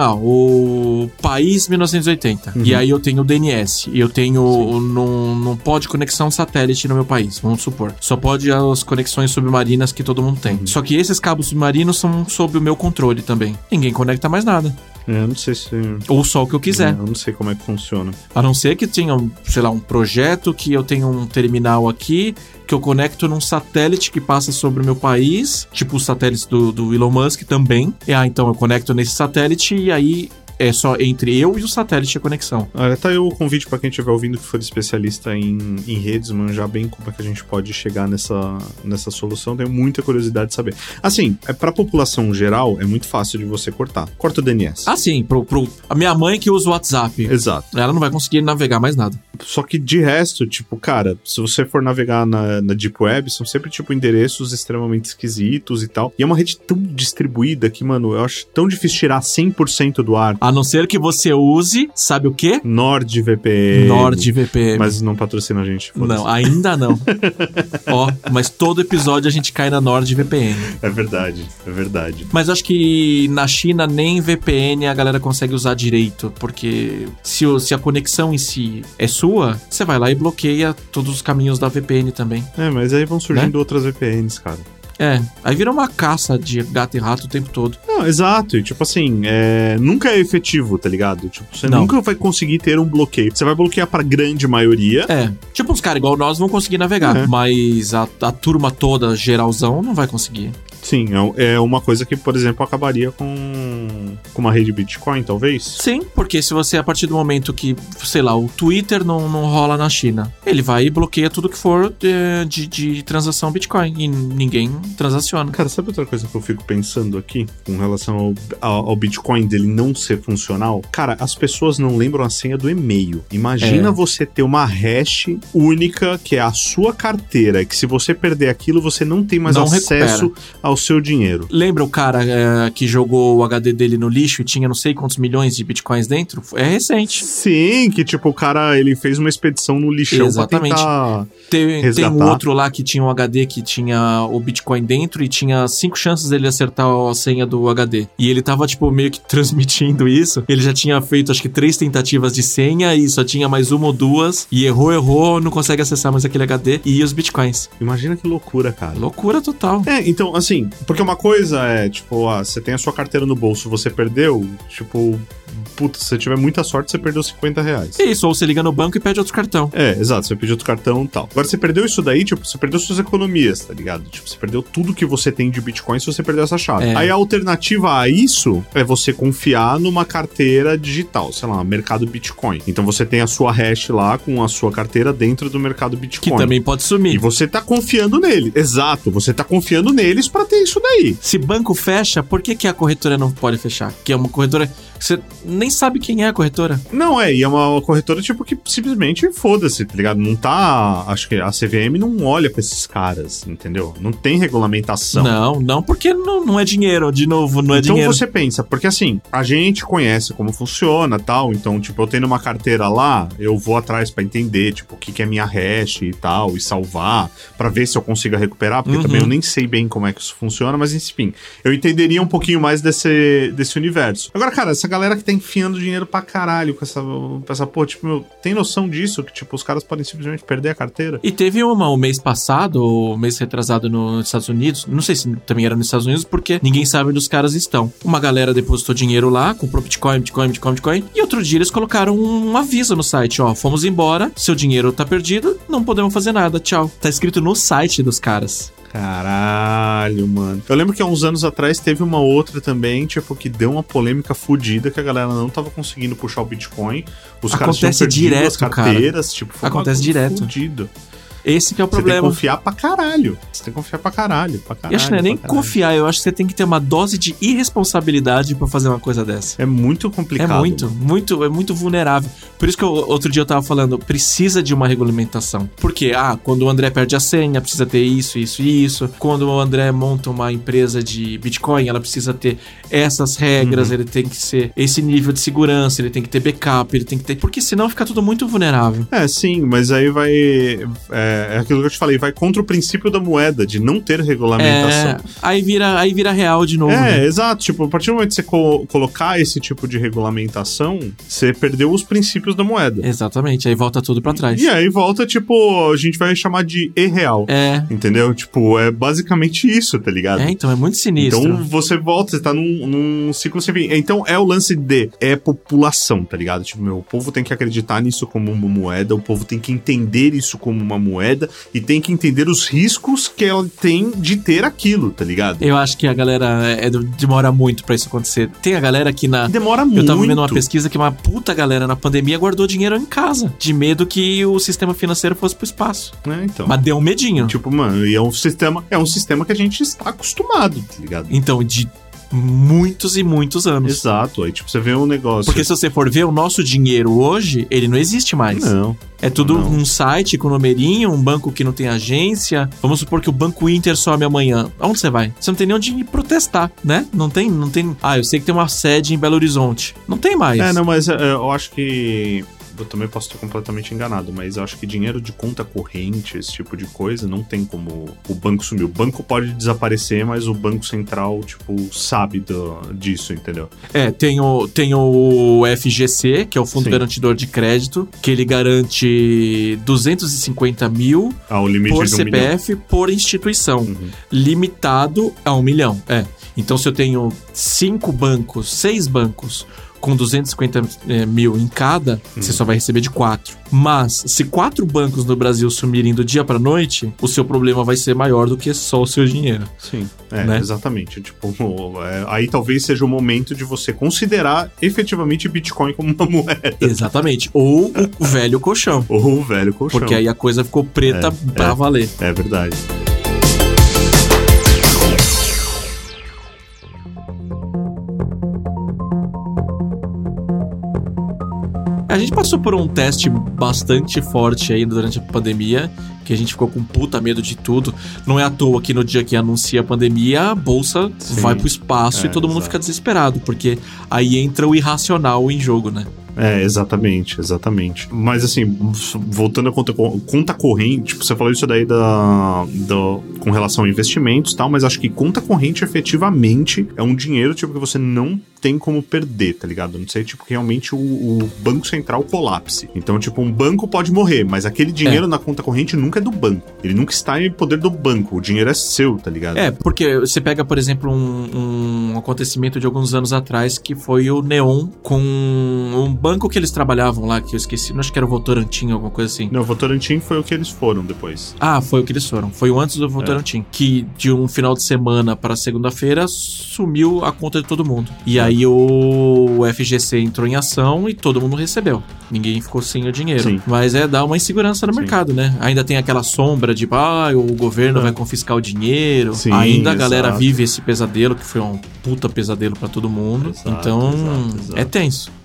o país 1980, e aí eu tenho o DNS, e eu tenho, não pode conexão satélite no meu país, vamos supor. Só pode as conexões submarinas que todo mundo tem. Só que esses cabos submarinos são sob o meu controle também. Ninguém conecta mais nada. Eu não sei se... Ou só o que eu quiser. Eu não sei como é que funciona. A não ser que tenha, sei lá, um projeto que eu tenho um terminal aqui, que eu conecto num satélite que passa sobre o meu país, tipo os satélites do Elon Musk também. Então eu conecto nesse satélite e aí é só entre eu e o satélite a conexão. Tá aí o convite pra quem estiver ouvindo que for especialista em redes, manjar bem como é que a gente pode chegar nessa solução. Tenho muita curiosidade de saber. Assim, pra população geral, é muito fácil de você cortar. Corta o DNS. Ah, sim. A minha mãe que usa o WhatsApp. Exato. Ela não vai conseguir navegar mais nada. Só que de resto, tipo, cara, se você for navegar na Deep Web, são sempre, tipo, endereços extremamente esquisitos e tal. E é uma rede tão distribuída que, mano, eu acho tão difícil tirar 100% do ar. A não ser que você use, sabe o quê? NordVPN. NordVPN. Mas não patrocina a gente. Não, ainda não. Mas todo episódio a gente cai na NordVPN. É verdade. Mas acho que na China nem VPN a galera consegue usar direito, porque se a conexão em si é sua, você vai lá e bloqueia todos os caminhos da VPN também. Mas aí vão surgindo outras VPNs, cara. Aí vira uma caça de gato e rato o tempo todo. Não, exato, e tipo assim, nunca é efetivo, tá ligado? Tipo, você nunca vai conseguir ter um bloqueio. Você vai bloquear pra grande maioria. Tipo uns caras igual nós vão conseguir navegar, mas a turma toda, geralzão, não vai conseguir. Sim, é uma coisa que, por exemplo, acabaria com uma rede Bitcoin, talvez? Sim, porque se você, a partir do momento que, sei lá, o Twitter não rola na China, ele vai e bloqueia tudo que for de transação Bitcoin e ninguém transaciona. Cara, sabe outra coisa que eu fico pensando aqui com relação ao Bitcoin dele não ser funcional? Cara, as pessoas não lembram a senha do e-mail. Imagina você ter uma hash única, que é a sua carteira, que se você perder aquilo, você não tem mais acesso ao seu dinheiro. Lembra o cara que jogou o HD dele no lixo e tinha não sei quantos milhões de bitcoins dentro? É recente. Sim, que tipo, o cara, ele fez uma expedição no lixão. Exatamente. Pra tentar tem um outro lá que tinha um HD que tinha o Bitcoin dentro e tinha 5 chances dele acertar a senha do HD. E ele tava, tipo, meio que transmitindo isso. Ele já tinha feito, acho que 3 tentativas de senha e só tinha mais 1 ou 2. E errou, não consegue acessar mais aquele HD e os Bitcoins. Imagina que loucura, cara. Loucura total. Então, assim, porque uma coisa é, tipo, você tem a sua carteira no bolso, você perdeu, tipo, puta, se você tiver muita sorte, você perdeu R$50. Isso, ou você liga no banco e pede outro cartão. Exato, você pediu outro cartão e tal. Agora, você perdeu isso daí, tipo, você perdeu suas economias, tá ligado? Tipo, você perdeu tudo que você tem de Bitcoin se você perdeu essa chave. Aí a alternativa a isso é você confiar numa carteira digital, sei lá, mercado Bitcoin. Então você tem a sua hash lá com a sua carteira dentro do mercado Bitcoin. Que também pode sumir. E você tá confiando nele. Exato, você tá confiando neles pra ter isso daí. Se banco fecha, por que a corretora não pode fechar? Que é uma corretora... Você nem sabe quem é a corretora. Não, e é uma corretora, tipo, que simplesmente foda-se, tá ligado? Não tá... Acho que a CVM não olha pra esses caras, entendeu? Não tem regulamentação. Não, porque não é dinheiro, de novo, não é dinheiro. Então você pensa, porque assim, a gente conhece como funciona e tal, então, tipo, eu tendo uma carteira lá, eu vou atrás pra entender, tipo, o que é minha hash e tal, e salvar, pra ver se eu consigo recuperar, porque também eu nem sei bem como é que isso funciona, mas enfim, eu entenderia um pouquinho mais desse universo. Agora, cara, essa galera que tá enfiando dinheiro pra caralho com essa porra, tipo, meu, tem noção disso? Que, tipo, os caras podem simplesmente perder a carteira? E teve o mês passado, o mês retrasado nos Estados Unidos, não sei se também era nos Estados Unidos, porque ninguém sabe onde os caras estão. Uma galera depositou dinheiro lá, comprou Bitcoin, e outro dia eles colocaram um aviso no site, ó, fomos embora, seu dinheiro tá perdido, não podemos fazer nada, tchau. Tá escrito no site dos caras. Caralho, mano. Eu lembro que há uns anos atrás teve uma outra também, tipo, que deu uma polêmica fodida, que a galera não tava conseguindo puxar o Bitcoin. Os caras tinham perdido direto, as carteiras, cara. tipo, foi acontece direto. Fudido. Esse que é o problema. Você tem que confiar pra caralho. Eu acho que não é nem confiar, eu acho que você tem que ter uma dose de irresponsabilidade pra fazer uma coisa dessa. É muito complicado. É muito vulnerável. Por isso que outro dia eu tava falando, precisa de uma regulamentação. Porque, quando o André perde a senha, precisa ter isso. Quando o André monta uma empresa de Bitcoin, ela precisa ter essas regras, ele tem que ser esse nível de segurança, ele tem que ter backup, ele tem que ter... Porque senão fica tudo muito vulnerável. Sim, mas aí vai... É aquilo que eu te falei, vai contra o princípio da moeda, de não ter regulamentação. Aí vira real de novo. Né? Exato. Tipo, a partir do momento que você colocar esse tipo de regulamentação, você perdeu os princípios da moeda. Exatamente, aí volta tudo pra trás. E aí volta, tipo, a gente vai chamar de e-real. Entendeu? Tipo, é basicamente isso, tá ligado? Então é muito sinistro. Então você volta, você tá num ciclo sem fim. Então é o lance é população, tá ligado? Tipo, o povo tem que acreditar nisso como uma moeda, o povo tem que entender isso como uma moeda e tem que entender os riscos que ela tem de ter aquilo, tá ligado? Eu acho que a galera demora muito pra isso acontecer. Tem a galera que Demora muito. Eu tava vendo uma pesquisa que uma puta galera na pandemia guardou dinheiro em casa, de medo que o sistema financeiro fosse pro espaço. Então. Mas deu um medinho. Tipo, mano, e é um sistema que a gente está acostumado, tá ligado? Então, de muitos e muitos anos. Exato, aí tipo, você vê um negócio... Porque se você for ver, o nosso dinheiro hoje, ele não existe mais. Não. É tudo um site com numerinho, um banco que não tem agência. Vamos supor que o Banco Inter some amanhã. Aonde você vai? Você não tem nem onde ir protestar, né? Não tem... eu sei que tem uma sede em Belo Horizonte. Não tem mais. Mas eu acho que... Eu também posso estar completamente enganado, mas eu acho que dinheiro de conta corrente, esse tipo de coisa, não tem como o banco sumir. O banco pode desaparecer, mas o Banco Central, tipo, sabe disso, entendeu? Tem o FGC, que é o Fundo Garantidor de Crédito, que ele garante 250 mil o limite por de 1 CPF milhão. Por instituição, limitado a 1 milhão. Então, se eu tenho 6 bancos com 250 mil em cada, você só vai receber de 4. Mas, se 4 bancos no Brasil sumirem do dia pra noite, o seu problema vai ser maior do que só o seu dinheiro. Sim, né? Exatamente. Tipo, aí talvez seja o momento de você considerar efetivamente Bitcoin como uma moeda. Exatamente. Ou o velho colchão. Porque aí a coisa ficou preta pra valer. É verdade. A gente passou por um teste bastante forte aí durante a pandemia, que a gente ficou com puta medo de tudo. Não é à toa que no dia que anuncia a pandemia, a bolsa vai pro espaço e todo mundo fica desesperado, porque aí entra o irracional em jogo, né? Exatamente. Mas assim, voltando à conta corrente, tipo, você falou isso daí com relação a investimentos e tal, mas acho que conta corrente efetivamente é um dinheiro, tipo, que você não tem como perder, tá ligado? Não sei, tipo, que realmente o Banco Central colapse. Então, tipo, um banco pode morrer, mas aquele dinheiro na conta corrente nunca é do banco. Ele nunca está em poder do banco. O dinheiro é seu, tá ligado? Porque você pega, por exemplo, um acontecimento de alguns anos atrás, que foi o Neon com um banco que eles trabalhavam lá, que eu esqueci, não acho que era o Votorantim, alguma coisa assim. Não, o Votorantim foi o que eles foram depois. Foi o que eles foram. Foi o antes do Votorantim. Que de um final de semana para segunda-feira sumiu a conta de todo mundo. E aí o FGC entrou em ação e todo mundo recebeu. Ninguém ficou sem o dinheiro. Sim. Mas dá uma insegurança no mercado, né? Ainda tem aquela sombra de, o governo vai confiscar o dinheiro. Sim, ainda a galera vive esse pesadelo, que foi um puta pesadelo para todo mundo. Então, é tenso.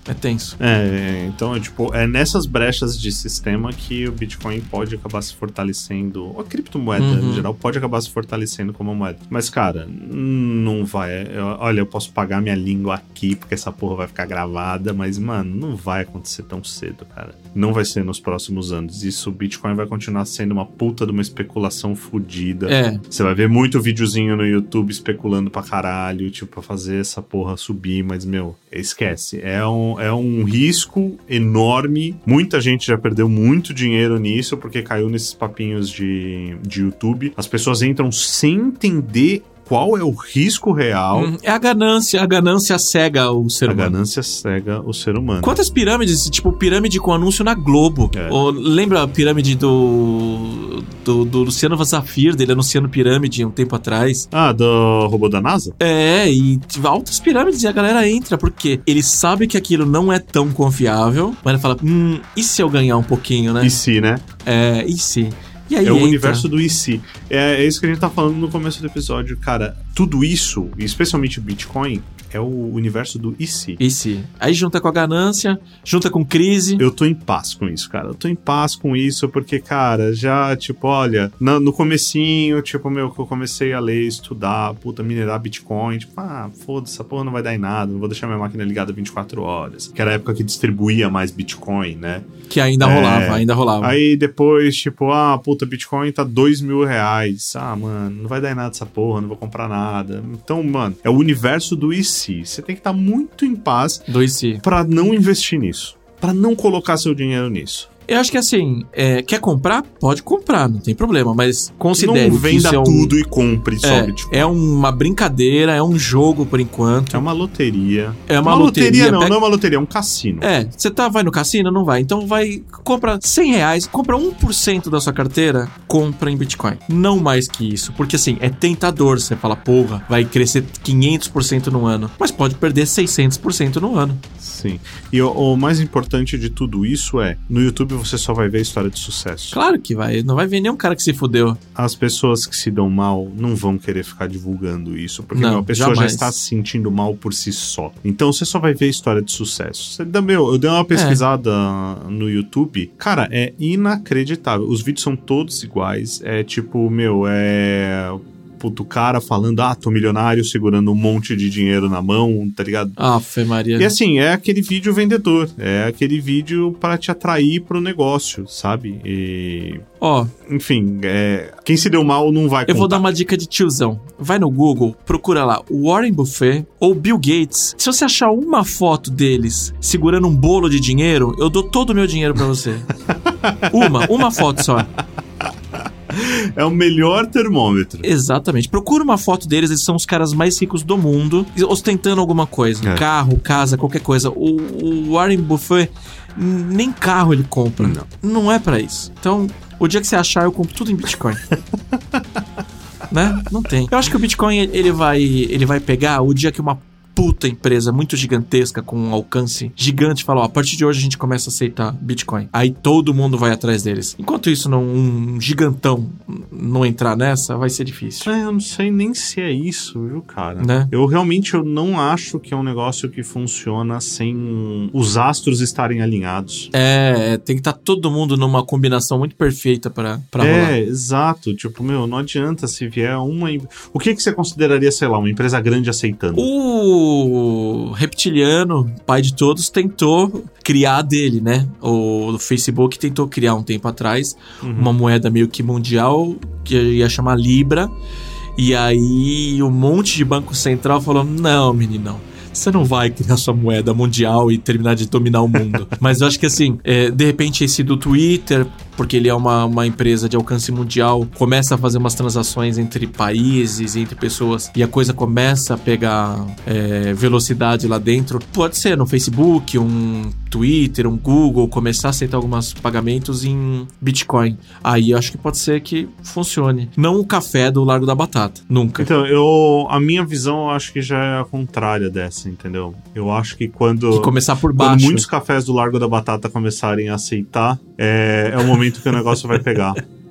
É tenso. Então, tipo, é nessas brechas de sistema que o Bitcoin pode acabar se fortalecendo, ou a criptomoeda, no geral, pode acabar se fortalecendo como moeda. Mas, cara, não vai. Olha, eu posso pagar minha língua aqui, porque essa porra vai ficar gravada, mas, mano, não vai acontecer tão cedo, cara. Não vai ser nos próximos anos. Isso, o Bitcoin vai continuar sendo uma puta de uma especulação fodida. Você vai ver muito videozinho no YouTube especulando pra caralho, tipo, pra fazer essa porra subir, mas, meu, esquece. É um risco enorme. Muita gente já perdeu muito dinheiro nisso, porque caiu nesses papinhos de YouTube. As pessoas entram sem entender qual é o risco real. É a ganância cega o ser humano. A ganância cega o ser humano. Quantas pirâmides, tipo pirâmide com anúncio na Globo? Lembra a pirâmide do Luciano Vasafir, dele anunciando pirâmide um tempo atrás? Do robô da NASA? E altas pirâmides e a galera entra, porque ele sabe que aquilo não é tão confiável, mas ele fala, e se eu ganhar um pouquinho, né? E se, né? E se... E aí o universo do IC. É isso que a gente tá falando no começo do episódio. Cara, tudo isso, especialmente o Bitcoin, é o universo do IC. IC. Aí junta com a ganância, junta com crise. Eu tô em paz com isso, cara. Eu tô em paz com isso porque, cara, já, tipo, olha, no comecinho, tipo, que eu comecei a ler, estudar, minerar Bitcoin, tipo, foda-se, essa porra não vai dar em nada, não vou deixar minha máquina ligada 24 horas. Que era a época que distribuía mais Bitcoin, né? Que ainda rolava. Aí depois, tipo, Bitcoin tá R$2.000. Mano, não vai dar em nada essa porra, não vou comprar nada. Então, mano, é o universo do IC. Você tem que estar muito em paz do IC pra não investir nisso, pra não colocar seu dinheiro nisso. Eu acho que assim, quer comprar? Pode comprar, não tem problema, mas considere não venda que isso tudo e compre só Bitcoin. É uma brincadeira, é um jogo por enquanto. É uma loteria. É uma loteria. Não é uma loteria, é um cassino. Você vai no cassino? Não vai. Então compra R$100, compra 1% da sua carteira, compra em Bitcoin. Não mais que isso, porque assim, é tentador. Você fala, porra, vai crescer 500% no ano, mas pode perder 600% no ano. Sim. E o mais importante de tudo isso no YouTube você só vai ver história de sucesso. Claro que vai. Não vai ver nenhum cara que se fudeu. As pessoas que se dão mal não vão querer ficar divulgando isso, porque a pessoa jamais. Já está se sentindo mal por si só. Então você só vai ver história de sucesso. Eu dei uma pesquisada no YouTube. Cara, é inacreditável. Os vídeos são todos iguais. O cara falando, tô milionário, segurando um monte de dinheiro na mão, tá ligado? Fé Maria. E assim, é aquele vídeo vendedor, é aquele vídeo para te atrair pro negócio, sabe? Enfim, quem se deu mal não vai contar. Eu vou dar uma dica de tiozão. Vai no Google, procura lá Warren Buffett ou Bill Gates. Se você achar uma foto deles segurando um bolo de dinheiro, eu dou todo o meu dinheiro pra você. uma foto só. É o melhor termômetro. Exatamente. Procura uma foto deles, eles são os caras mais ricos do mundo, ostentando alguma coisa. Carro, casa, qualquer coisa. O Warren Buffett, nem carro ele compra. Não é pra isso. Então, o dia que você achar, eu compro tudo em Bitcoin. Né? Não tem. Eu acho que o Bitcoin, ele vai pegar o dia que uma puta empresa muito gigantesca, com um alcance gigante, fala, a partir de hoje a gente começa a aceitar Bitcoin. Aí todo mundo vai atrás deles. Enquanto isso, um gigantão não entrar nessa, vai ser difícil. Eu não sei nem se é isso, viu, cara? Né? Eu não acho que é um negócio que funciona sem os astros estarem alinhados. Tem que estar todo mundo numa combinação muito perfeita pra rolar. Exato. Tipo, não adianta se vier uma... O que você consideraria, sei lá, uma empresa grande aceitando? O reptiliano, pai de todos, tentou criar dele, né? O Facebook tentou criar um tempo atrás uma moeda meio que mundial, que ia chamar Libra. E aí um monte de banco central falou, não, meninão, você não vai criar sua moeda mundial e terminar de dominar o mundo. Mas eu acho que assim, de repente esse do Twitter, porque ele é uma empresa de alcance mundial, começa a fazer umas transações entre países, entre pessoas, e a coisa começa a pegar velocidade lá dentro. Pode ser no Facebook, um Twitter, um Google, começar a aceitar alguns pagamentos em Bitcoin. Aí eu acho que pode ser que funcione. Não o café do Largo da Batata. Nunca. Então, a minha visão, eu acho que já é a contrária dessa, entendeu? Eu acho que quando começar por baixo. Quando muitos cafés do Largo da Batata começarem a aceitar, é o momento que o negócio vai pegar.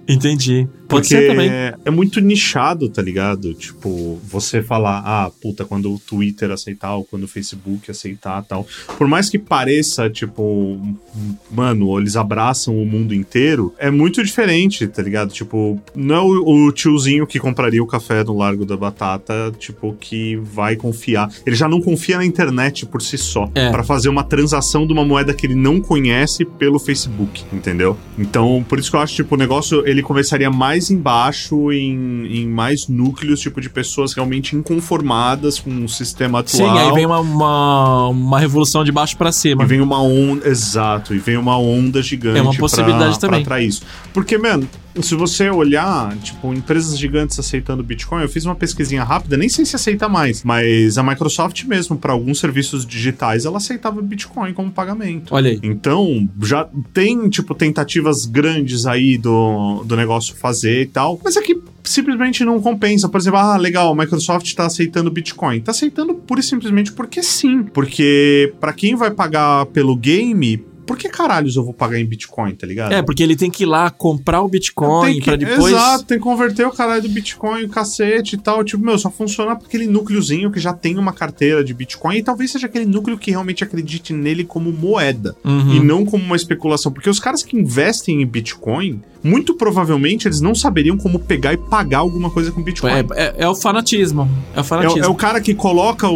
Entendi. Pode Porque ser também. é muito nichado, tá ligado? Tipo, você falar, quando o Twitter aceitar, ou quando o Facebook aceitar tal. Por mais que pareça, tipo, mano, eles abraçam o mundo inteiro, é muito diferente, tá ligado? Tipo, não é o tiozinho que compraria o café no Largo da Batata, tipo, que vai confiar. Ele já não confia na internet por si só, pra fazer uma transação de uma moeda que ele não conhece pelo Facebook, entendeu? Então, por isso que eu acho, tipo, o negócio, ele conversaria mais embaixo, em mais núcleos, tipo, de pessoas realmente inconformadas com o sistema atual. Sim, aí vem uma revolução de baixo pra cima. E vem uma onda, exato, e vem uma onda gigante. É uma possibilidade também. Pra isso. Porque, mano, se você olhar, tipo, empresas gigantes aceitando Bitcoin, eu fiz uma pesquisinha rápida, nem sei se aceita mais, mas a Microsoft mesmo, para alguns serviços digitais, ela aceitava Bitcoin como pagamento. Olha aí. Então, já tem, tipo, tentativas grandes aí do negócio fazer e tal, mas aqui simplesmente não compensa. Por exemplo, legal, a Microsoft tá aceitando Bitcoin. Tá aceitando pura e simplesmente porque sim. Porque pra quem vai pagar pelo game, por que caralhos eu vou pagar em Bitcoin, tá ligado? Porque ele tem que ir lá comprar o Bitcoin pra depois... Exato, tem que converter o caralho do Bitcoin, o cacete e tal. Tipo, só funciona pra aquele núcleozinho que já tem uma carteira de Bitcoin e talvez seja aquele núcleo que realmente acredite nele como moeda e não como uma especulação. Porque os caras que investem em Bitcoin, muito provavelmente eles não saberiam como pegar e pagar alguma coisa com Bitcoin. É o fanatismo. É o cara que coloca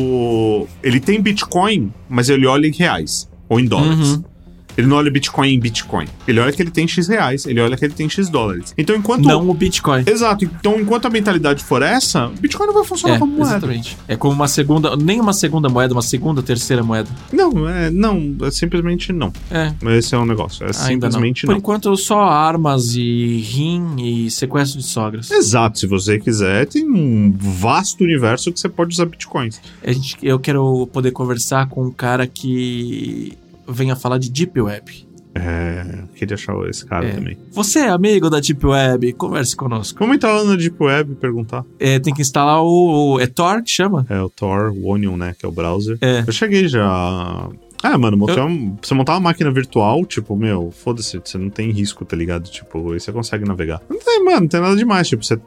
ele tem Bitcoin, mas ele olha em reais. Ou em dólares. Ele não olha Bitcoin em Bitcoin. Ele olha que ele tem X reais, ele olha que ele tem X dólares. Então, enquanto... Não o Bitcoin. Exato. Então, enquanto a mentalidade for essa, o Bitcoin não vai funcionar como moeda. Exatamente. É como uma segunda... Nem uma segunda moeda, uma segunda, terceira moeda. Não, simplesmente não. Esse é um negócio. Simplesmente não. Por enquanto, só armas e rim e sequestro de sogras. Exato. Se você quiser, tem um vasto universo que você pode usar Bitcoins. Eu quero poder conversar com um cara que... venha falar de Deep Web. Queria achar esse cara também. Você é amigo da Deep Web, converse conosco. Vamos entrar lá na Deep Web e perguntar. Tem que instalar é Tor que chama? O Tor, o Onion, né, que é o browser. Eu cheguei já... mano, você montar uma máquina virtual, tipo, foda-se, você não tem risco, tá ligado? Tipo, aí você consegue navegar. Não tem nada demais, tipo, você...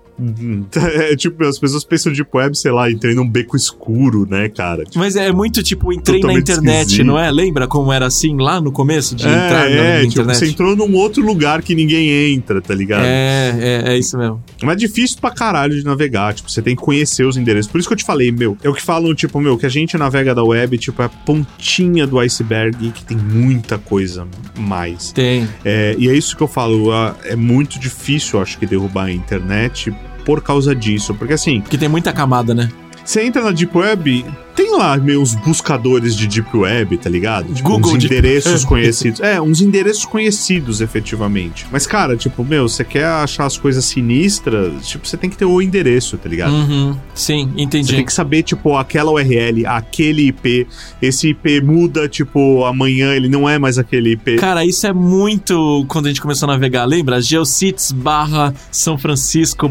tipo, as pessoas pensam Deep Web, sei lá, entrei num beco escuro, né, cara? Tipo, mas é muito, tipo, entrei na internet, esquisito. Não é? Lembra como era assim, lá no começo de entrar na tipo, internet? Você entrou num outro lugar que ninguém entra, tá ligado? É isso mesmo. Mas é difícil pra caralho de navegar, tipo, você tem que conhecer os endereços. Por isso que eu te falei, é o que falam, tipo, que a gente navega da web, tipo, é a pontinha do iceberg que tem muita coisa mais. Tem. E é isso que eu falo, é muito difícil, acho que, derrubar a internet por causa disso, porque assim... Porque tem muita camada, né? Você entra na Deep Web, tem lá meus buscadores de Deep Web, tá ligado? Tipo, Google uns endereços conhecidos. Uns endereços conhecidos, efetivamente. Mas, cara, tipo, você quer achar as coisas sinistras, tipo, você tem que ter o endereço, tá ligado? Sim, entendi. Você tem que saber, tipo, aquela URL, aquele IP, esse IP muda, tipo, amanhã ele não é mais aquele IP. Cara, isso é muito quando a gente começou a navegar, lembra? Geocities /São Francisco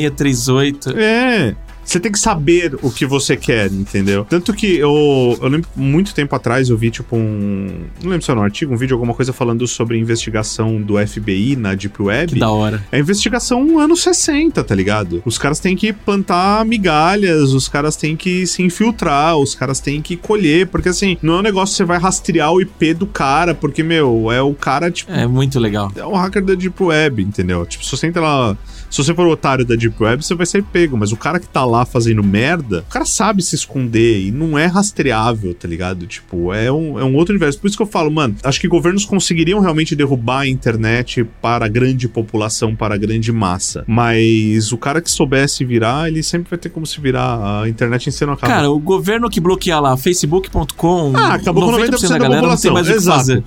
/638. Você tem que saber o que você quer, entendeu? Tanto que eu lembro, muito tempo atrás, eu vi, tipo, não lembro se era um artigo, um vídeo, alguma coisa falando sobre a investigação do FBI na Deep Web. Que da hora. É a investigação anos 60, tá ligado? Os caras têm que plantar migalhas, os caras têm que se infiltrar, os caras têm que colher, porque, assim, não é um negócio que você vai rastrear o IP do cara, porque, é o cara, tipo... É muito legal. É um hacker da Deep Web, entendeu? Tipo, se você entra lá... Se você for o otário da Deep Web, você vai ser pego, mas o cara que tá lá fazendo merda, o cara sabe se esconder e não é rastreável, tá ligado? Tipo, é um outro universo. Por isso que eu falo, mano, acho que governos conseguiriam realmente derrubar a internet para a grande população, para a grande massa. Mas o cara que soubesse virar, ele sempre vai ter como se virar. A internet em si não acaba. Cara, o governo que bloqueia lá, facebook.com, acabou com 90% da galera população. Não tem mais exato. O que fazer.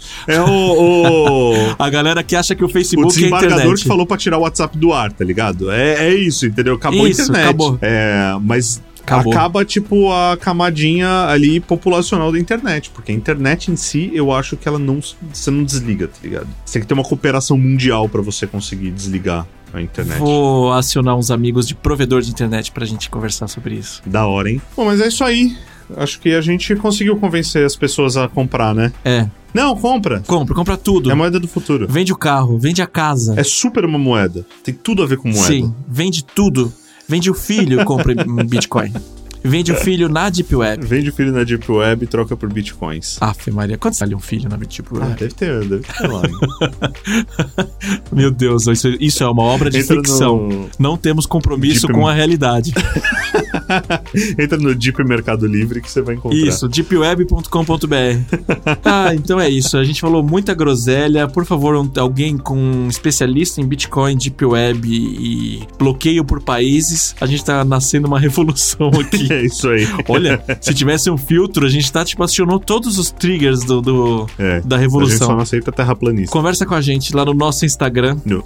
É a galera que acha que o Facebook o desembargador é a internet. Que falou pra tirar o WhatsApp do ar, tá ligado? É isso, entendeu? Acabou isso, a internet. Acabou. Mas acabou. Acaba, tipo, a camadinha ali populacional da internet. Porque a internet em si, eu acho que você não desliga, tá ligado? Você tem que ter uma cooperação mundial pra você conseguir desligar a internet. Vou acionar uns amigos de provedor de internet pra gente conversar sobre isso. Da hora, hein? Bom, mas é isso aí. Acho que a gente conseguiu convencer as pessoas a comprar, né? Não, compra. Compra tudo. É a moeda do futuro. Vende o carro, vende a casa. É super uma moeda. Tem tudo a ver com moeda. Sim, vende tudo. Vende o filho e compra Bitcoin. Vende o filho na Deep Web. Vende o filho na Deep Web e troca por Bitcoins. Aff, Maria, quanto vale um filho na Deep Web? Deve ter lá. Meu Deus, isso é uma obra de ficção. Não temos compromisso com a realidade. Entra no Deep Mercado Livre que você vai encontrar. Isso, deepweb.com.br. Então é isso. A gente falou muita groselha. Por favor, alguém com um especialista em Bitcoin, Deep Web e bloqueio por países. A gente tá nascendo uma revolução aqui. É isso aí. Olha, se tivesse um filtro, a gente acionou todos os triggers da revolução. A gente só não aceita terraplanista. Conversa com a gente lá no nosso Instagram. No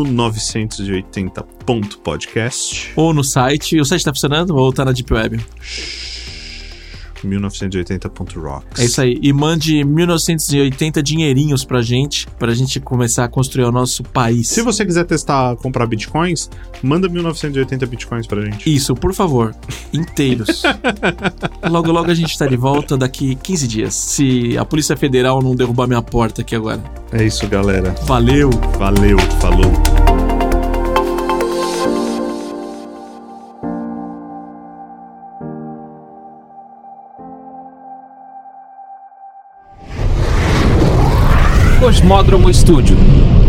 1980.podcast. Ou no site. O site tá funcionando ou tá na Deep Web? 1980.rocks. É isso aí. E mande 1980 dinheirinhos pra gente começar a construir o nosso país. Se você quiser comprar bitcoins, manda 1980 bitcoins pra gente. Isso, por favor. Inteiros. Logo a gente tá de volta daqui 15 dias. Se a Polícia Federal não derrubar minha porta aqui agora. É isso, galera. Valeu, falou. Cosmódromo Studio.